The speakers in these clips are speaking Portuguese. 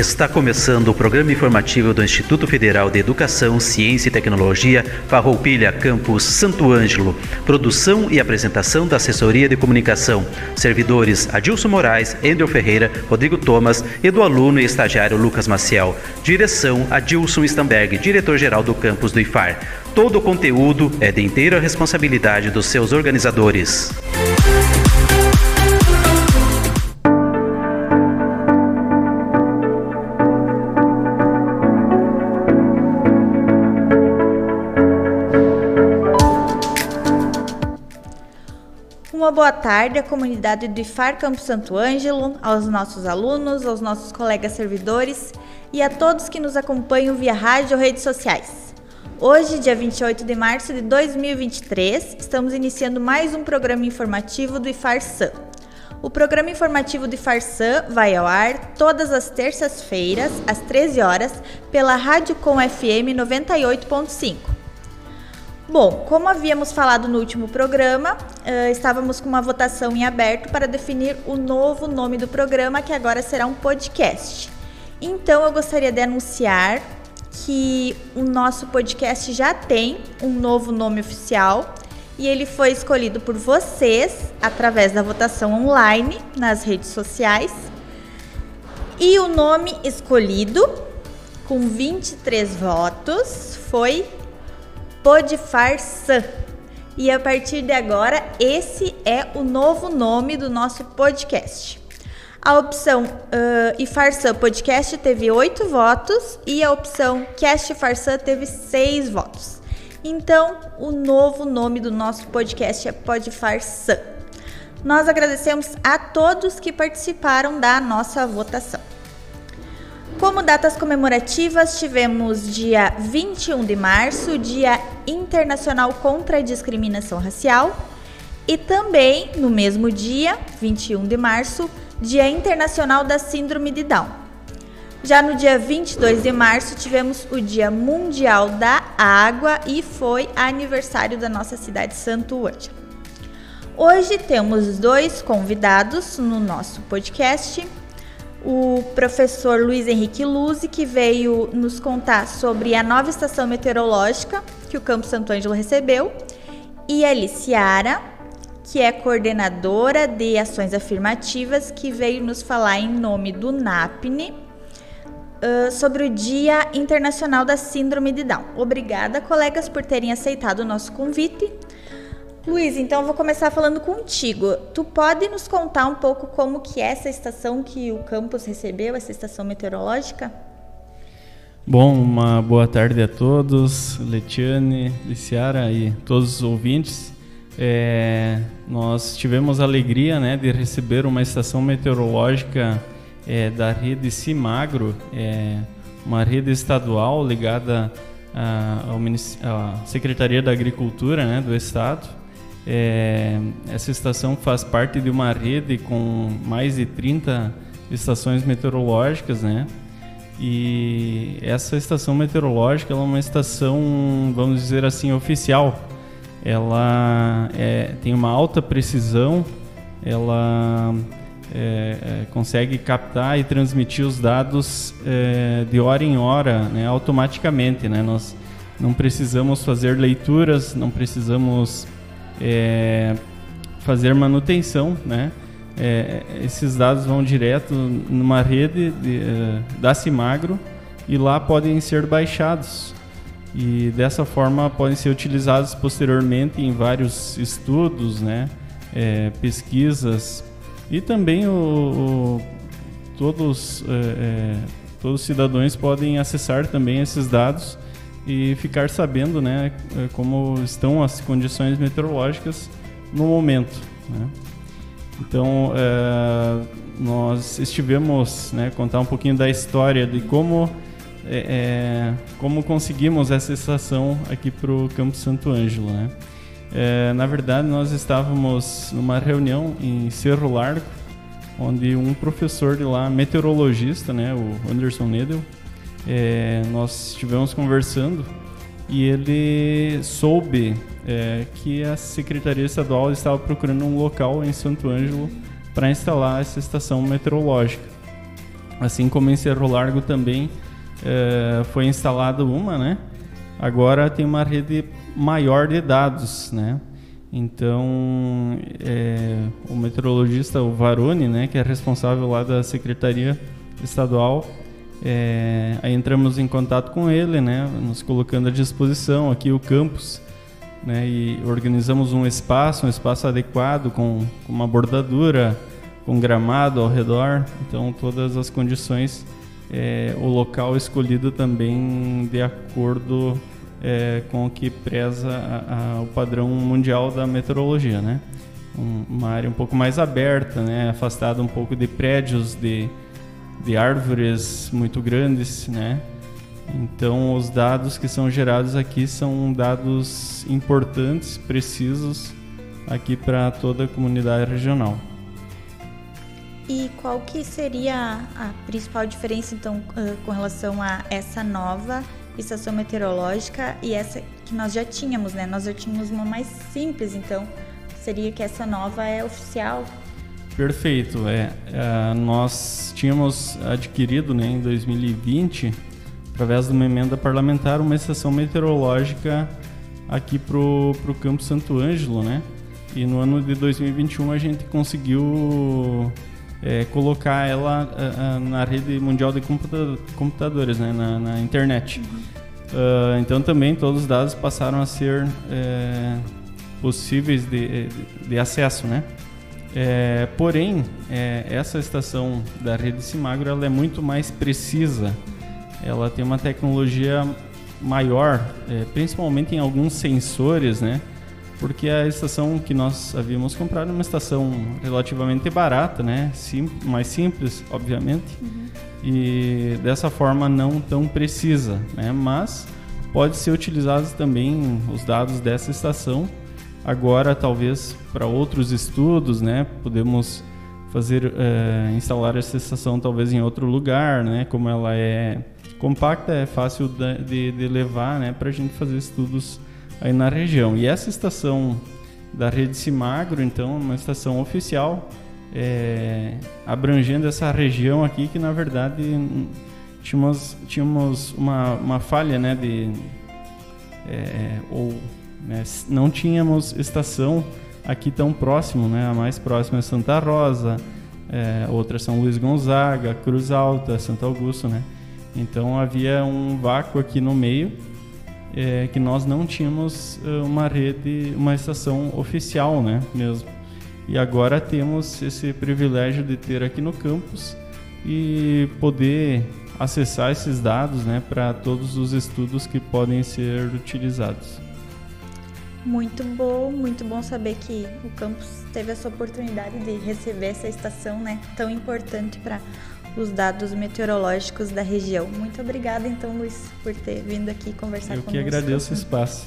Está começando o programa informativo do Instituto Federal de Educação, Ciência e Tecnologia, Farroupilha, Campus Santo Ângelo. Produção e apresentação da Assessoria de Comunicação. Servidores Adilson Moraes, Endel Ferreira, Rodrigo Thomas e do aluno e estagiário Lucas Maciel. Direção Adilson Stamberg, diretor-geral do campus do IFAR. Todo o conteúdo é de inteira responsabilidade dos seus organizadores. Uma boa tarde à comunidade do IFAR Campus Santo Ângelo, aos nossos alunos, aos nossos colegas servidores e a todos que nos acompanham via rádio ou redes sociais. Hoje, dia 28 de março de 2023, estamos iniciando mais um programa informativo do IFAR-SAM. O programa informativo do IFAR-SAM vai ao ar todas as terças-feiras, às 13 horas, pela Rádio Com FM 98.5. Bom, como havíamos falado no último programa, estávamos com uma votação em aberto para definir o novo nome do programa, que agora será um podcast. Então, eu gostaria de anunciar que o nosso podcast já tem um novo nome oficial e ele foi escolhido por vocês através da votação online nas redes sociais. E o nome escolhido, com 23 votos, foi PodFar-SAM. E a partir de agora, esse é o novo nome do nosso podcast. A opção IFAR-SAM Podcast teve 8 votos e a opção Cast IFAR-SAM teve 6 votos. Então, o novo nome do nosso podcast é PodFar-SAM. Nós agradecemos a todos que participaram da nossa votação. Como datas comemorativas, tivemos dia 21 de março, Dia Internacional contra a Discriminação Racial, e também, no mesmo dia, 21 de março, Dia Internacional da Síndrome de Down. Já no dia 22 de março, tivemos o Dia Mundial da Água e foi aniversário da nossa cidade Santo Ângelo. Hoje temos 2 convidados no nosso podcast. O professor Luiz Henrique Luzzi, que veio nos contar sobre a nova estação meteorológica que o Campus Santo Ângelo recebeu, e a Liciara, que é coordenadora de ações afirmativas, que veio nos falar em nome do NAPNE sobre o Dia Internacional da Síndrome de Down. Obrigada, colegas, por terem aceitado o nosso convite. Luiz, então eu vou começar falando contigo. Tu pode nos contar um pouco como que é essa estação que o campus recebeu, essa estação meteorológica? Bom, uma boa tarde a todos, Letiane, Liciara e todos os ouvintes. Nós tivemos a alegria, de receber uma estação meteorológica da rede Cimagro, uma rede estadual ligada à Secretaria da Agricultura, do Estado. Essa estação faz parte de uma rede com mais de 30 estações meteorológicas, E essa estação meteorológica ela é uma estação, vamos dizer assim, oficial. Ela tem uma alta precisão, ela consegue captar e transmitir os dados de hora em hora, automaticamente. Nós não precisamos fazer leituras, não precisamos fazer manutenção, esses dados vão direto numa rede da Cimagro e lá podem ser baixados e dessa forma podem ser utilizados posteriormente em vários estudos, pesquisas e também todos os cidadãos podem acessar também esses dados e ficar sabendo, como estão as condições meteorológicas no momento, Então, nós estivemos, contar um pouquinho da história de como conseguimos essa estação aqui para o Campus Santo Ângelo, Na verdade, nós estávamos numa reunião em Cerro Largo, onde um professor de lá, meteorologista, o Anderson Nedel, nós estivemos conversando e ele soube que a Secretaria Estadual estava procurando um local em Santo Ângelo para instalar essa estação meteorológica. Assim como em Cerro Largo também foi instalada uma, né? Agora tem uma rede maior de dados, né? Então, o meteorologista, o Varone, né, que é responsável lá da Secretaria Estadual, aí entramos em contato com ele, né, nos colocando à disposição aqui o campus, né, e organizamos um espaço adequado com uma bordadura, com gramado ao redor, então todas as condições, o local escolhido também de acordo com o que preza o padrão mundial da meteorologia, né? Uma área um pouco mais aberta, né? Afastada um pouco de prédios, de árvores muito grandes, né? Então, os dados que são gerados aqui são dados importantes, precisos, aqui para toda a comunidade regional. E qual que seria a principal diferença, então, com relação a essa nova estação meteorológica e essa que nós já tínhamos, né? Nós já tínhamos uma mais simples, então seria que essa nova é oficial? Perfeito. Nós tínhamos adquirido, né, em 2020, através de uma emenda parlamentar, uma estação meteorológica aqui pro Campo Santo Ângelo, né? E no ano de 2021 a gente conseguiu colocar ela na rede mundial de computadores, né, na internet. Então também todos os dados passaram a ser possíveis de acesso, né? Porém, essa estação da rede Cimagro, ela é muito mais precisa. Ela tem uma tecnologia maior, principalmente em alguns sensores, né? Porque a estação que nós havíamos comprado é uma estação relativamente barata, né? Mais simples, obviamente, e dessa forma não tão precisa, né? Mas pode ser utilizados também os dados dessa estação agora, talvez para outros estudos, né? Podemos instalar essa estação talvez em outro lugar, né? Como ela é compacta, é fácil de levar, né? Para a gente fazer estudos aí na região. E essa estação da rede Cimagro, então, é uma estação oficial, abrangendo essa região aqui, que na verdade tínhamos uma falha, né, não tínhamos estação aqui tão próximo, né? A mais próxima é Santa Rosa, outra São Luís Gonzaga, Cruz Alta, Santo Augusto, né? Então havia um vácuo aqui no meio, que nós não tínhamos uma estação oficial, né, mesmo. E agora temos esse privilégio de ter aqui no campus e poder acessar esses dados, né, para todos os estudos que podem ser utilizados. Muito bom saber que o campus teve essa oportunidade de receber essa estação, né, tão importante para os dados meteorológicos da região. Muito obrigada, então, Luiz, por ter vindo aqui conversar conosco. Eu que agradeço o espaço.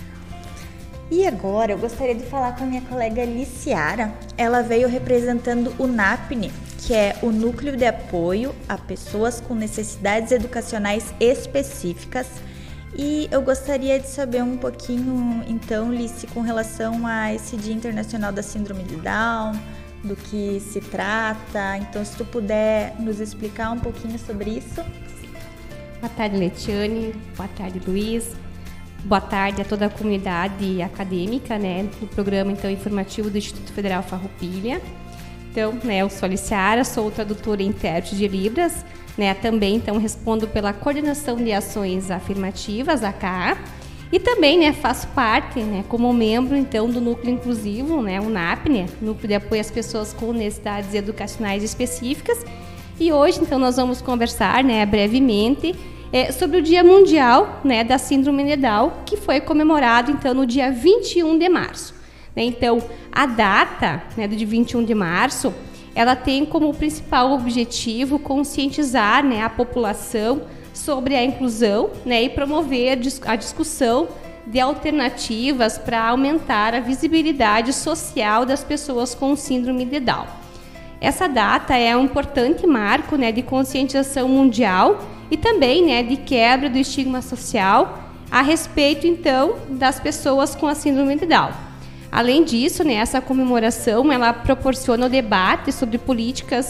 E agora eu gostaria de falar com a minha colega Liciara. Ela veio representando o NAPNE, que é o Núcleo de Apoio a Pessoas com Necessidades Educacionais Específicas. E eu gostaria de saber um pouquinho, então, Lici, com relação a esse Dia Internacional da Síndrome de Down, do que se trata. Então, se tu puder nos explicar um pouquinho sobre isso. Boa tarde, Letiane. Boa tarde, Luiz. Boa tarde a toda a comunidade acadêmica, né, do programa então informativo do Instituto Federal Farroupilha. Então, né, eu sou a Liciara, sou tradutora e intérprete de Libras, né, também então respondo pela coordenação de ações afirmativas, ACA, e também, né, faço parte, né, como membro então do núcleo inclusivo, né, o NAPNE, Núcleo de Apoio às Pessoas com Necessidades Educacionais Específicas. E hoje então nós vamos conversar, né, brevemente sobre o Dia Mundial, né, da Síndrome de Down, que foi comemorado então no dia 21 de março. Então, a data, né, do dia 21 de março, ela tem como principal objetivo conscientizar, né, a população sobre a inclusão, né, e promover a discussão de alternativas para aumentar a visibilidade social das pessoas com síndrome de Down. Essa data é um importante marco, né, de conscientização mundial e também, né, de quebra do estigma social a respeito, então, das pessoas com a síndrome de Down. Além disso, né, essa comemoração ela proporciona o debate sobre políticas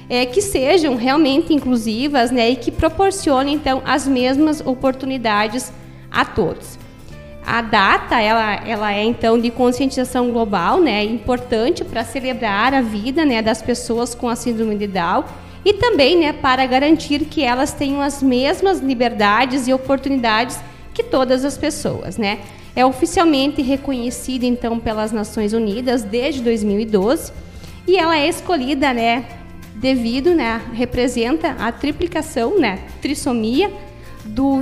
que sejam realmente inclusivas, né, e que proporcionem, então, as mesmas oportunidades a todos. A data, ela é, então, de conscientização global, né, importante para celebrar a vida, né, das pessoas com a síndrome de Down e também, né, para garantir que elas tenham as mesmas liberdades e oportunidades que todas as pessoas, né. É oficialmente reconhecida, então, pelas Nações Unidas desde 2012 e ela é escolhida, né, devido, né, representa a triplicação, né, trissomia do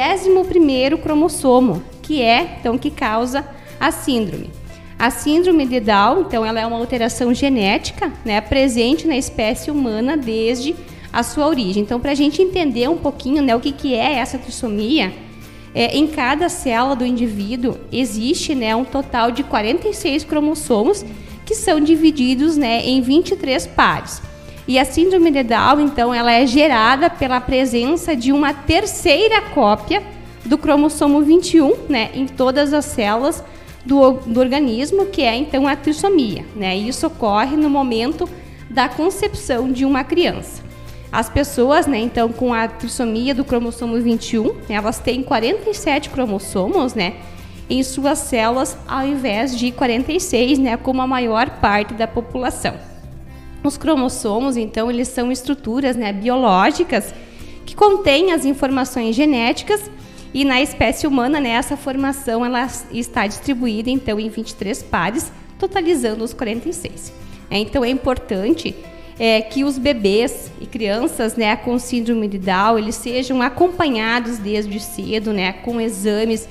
21º cromossomo, que causa a síndrome. A síndrome de Down, então, ela é uma alteração genética, né, presente na espécie humana desde a sua origem. Então, para a gente entender um pouquinho, né, o que é essa trissomia, em cada célula do indivíduo existe, né, um total de 46 cromossomos que são divididos, né, em 23 pares. E a síndrome de Down, então, ela é gerada pela presença de uma terceira cópia do cromossomo 21, né, em todas as células do organismo, que é, então, a trissomia, né? E isso ocorre no momento da concepção de uma criança. As pessoas, né, então, com a trissomia do cromossomo 21, elas têm 47 cromossomos, né, em suas células, ao invés de 46, né, como a maior parte da população. Os cromossomos, então, eles são estruturas, né, biológicas que contêm as informações genéticas e na espécie humana, né, essa formação ela está distribuída, então, em 23 pares, totalizando os 46. Então, é importante que os bebês e crianças, né, com síndrome de Down, eles sejam acompanhados desde cedo, né, com exames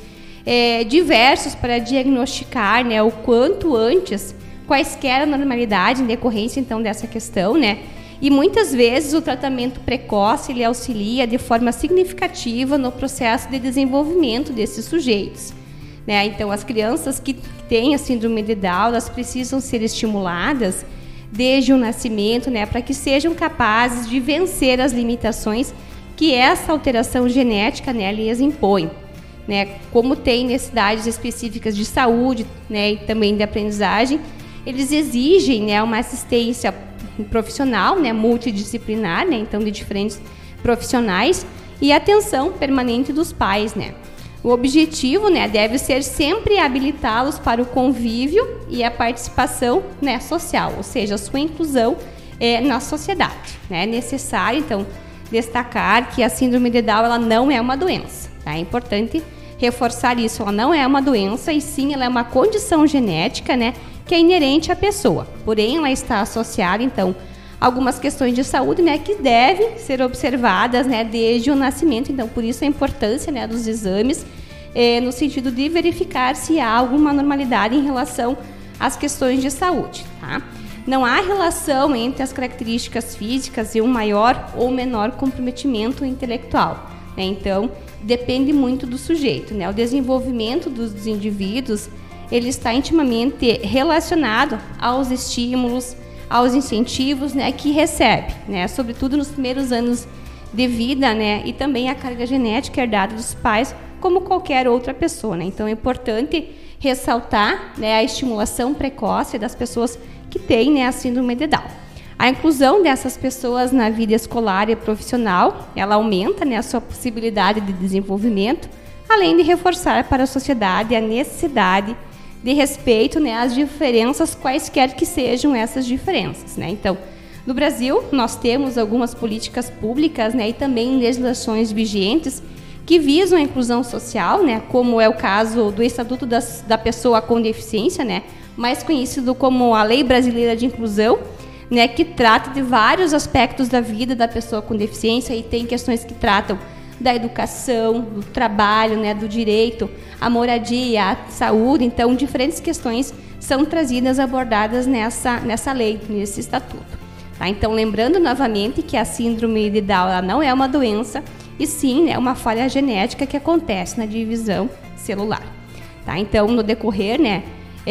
diversos para diagnosticar, né, o quanto antes quaisquer anormalidades em decorrência, então, dessa questão, né? E muitas vezes o tratamento precoce ele auxilia de forma significativa no processo de desenvolvimento desses sujeitos, né? Então, as crianças que têm a síndrome de Down, elas precisam ser estimuladas desde o nascimento, né, para que sejam capazes de vencer as limitações que essa alteração genética, né, lhes impõe, né? Como tem necessidades específicas de saúde, né, e também de aprendizagem, eles exigem, né, uma assistência profissional, né, multidisciplinar, né, então de diferentes profissionais e atenção permanente dos pais, né. O objetivo, né, deve ser sempre habilitá-los para o convívio e a participação, né, social, ou seja, a sua inclusão na sociedade, né. É necessário, então, destacar que a síndrome de Down ela não é uma doença, tá? É importante reforçar isso, ela não é uma doença e sim ela é uma condição genética, né, que é inerente à pessoa, porém ela está associada, então, a algumas questões de saúde, né, que devem ser observadas, né, desde o nascimento, então, por isso a importância, né, dos exames, no sentido de verificar se há alguma anormalidade em relação às questões de saúde, tá? Não há relação entre as características físicas e um maior ou menor comprometimento intelectual, né? Então, depende muito do sujeito, né? O desenvolvimento dos indivíduos ele está intimamente relacionado aos estímulos, aos incentivos, né, que recebe, né, sobretudo nos primeiros anos de vida, né, e também a carga genética herdada dos pais, como qualquer outra pessoa, né. Então é importante ressaltar, né, a estimulação precoce das pessoas que têm, né, a síndrome de Down. A inclusão dessas pessoas na vida escolar e profissional, ela aumenta, né, a sua possibilidade de desenvolvimento, além de reforçar para a sociedade a necessidade de respeito, né, às diferenças, quaisquer que sejam essas diferenças, né? Então, no Brasil, nós temos algumas políticas públicas, né, e também legislações vigentes que visam a inclusão social, né, como é o caso do Estatuto da Pessoa com Deficiência, né, mais conhecido como a Lei Brasileira de Inclusão, né, que trata de vários aspectos da vida da pessoa com deficiência e tem questões que tratam da educação, do trabalho, né, do direito à moradia, à saúde. Então, diferentes questões são trazidas, abordadas nessa lei, nesse estatuto. Tá? Então, lembrando novamente que a síndrome de Down ela não é uma doença, e sim é uma falha genética que acontece na divisão celular. Tá? Então, no decorrer, né,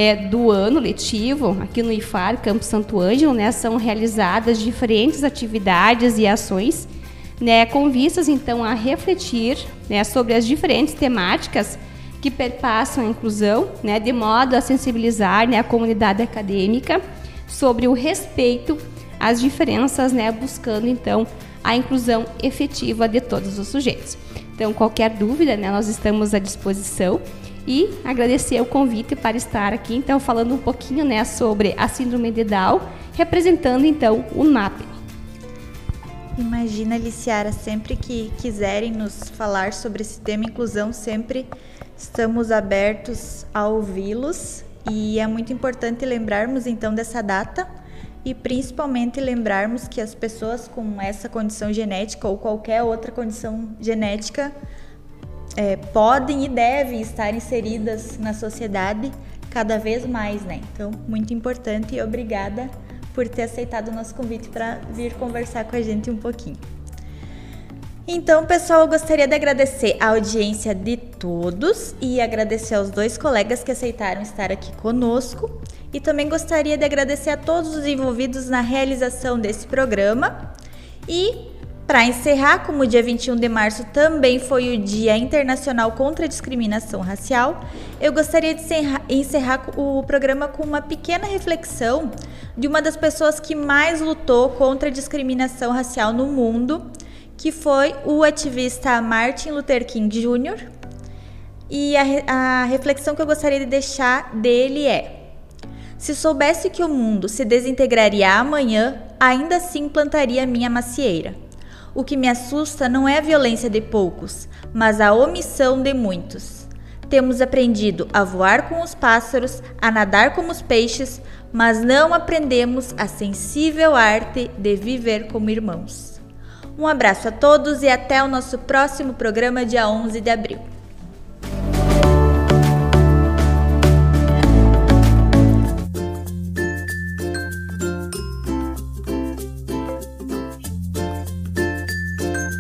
do ano letivo, aqui no IFAR, Campo Santo Ângelo, né, são realizadas diferentes atividades e ações, né, com vistas, então, a refletir, né, sobre as diferentes temáticas que perpassam a inclusão, né, de modo a sensibilizar, né, a comunidade acadêmica sobre o respeito as diferenças, né, buscando então a inclusão efetiva de todos os sujeitos. Então, qualquer dúvida, né, nós estamos à disposição e agradecer o convite para estar aqui, então, falando um pouquinho, né, sobre a síndrome de Down, representando então o NAP. Imagina, Liciara, sempre que quiserem nos falar sobre esse tema inclusão, sempre estamos abertos a ouvi-los, e é muito importante lembrarmos então dessa data e principalmente lembrarmos que as pessoas com essa condição genética ou qualquer outra condição genética podem e devem estar inseridas na sociedade cada vez mais, né? Então, muito importante, e obrigada por ter aceitado o nosso convite para vir conversar com a gente um pouquinho. Então, pessoal, eu gostaria de agradecer a audiência de todos e agradecer aos 2 colegas que aceitaram estar aqui conosco, e também gostaria de agradecer a todos os envolvidos na realização desse programa. E, para encerrar, como o dia 21 de março também foi o Dia Internacional contra a Discriminação Racial, eu gostaria de encerrar o programa com uma pequena reflexão de uma das pessoas que mais lutou contra a discriminação racial no mundo, que foi o ativista Martin Luther King Jr. E a reflexão que eu gostaria de deixar dele é: se soubesse que o mundo se desintegraria amanhã, ainda assim plantaria minha macieira. O que me assusta não é a violência de poucos, mas a omissão de muitos. Temos aprendido a voar com os pássaros, a nadar como os peixes, mas não aprendemos a sensível arte de viver como irmãos. Um abraço a todos e até o nosso próximo programa, dia 11 de abril.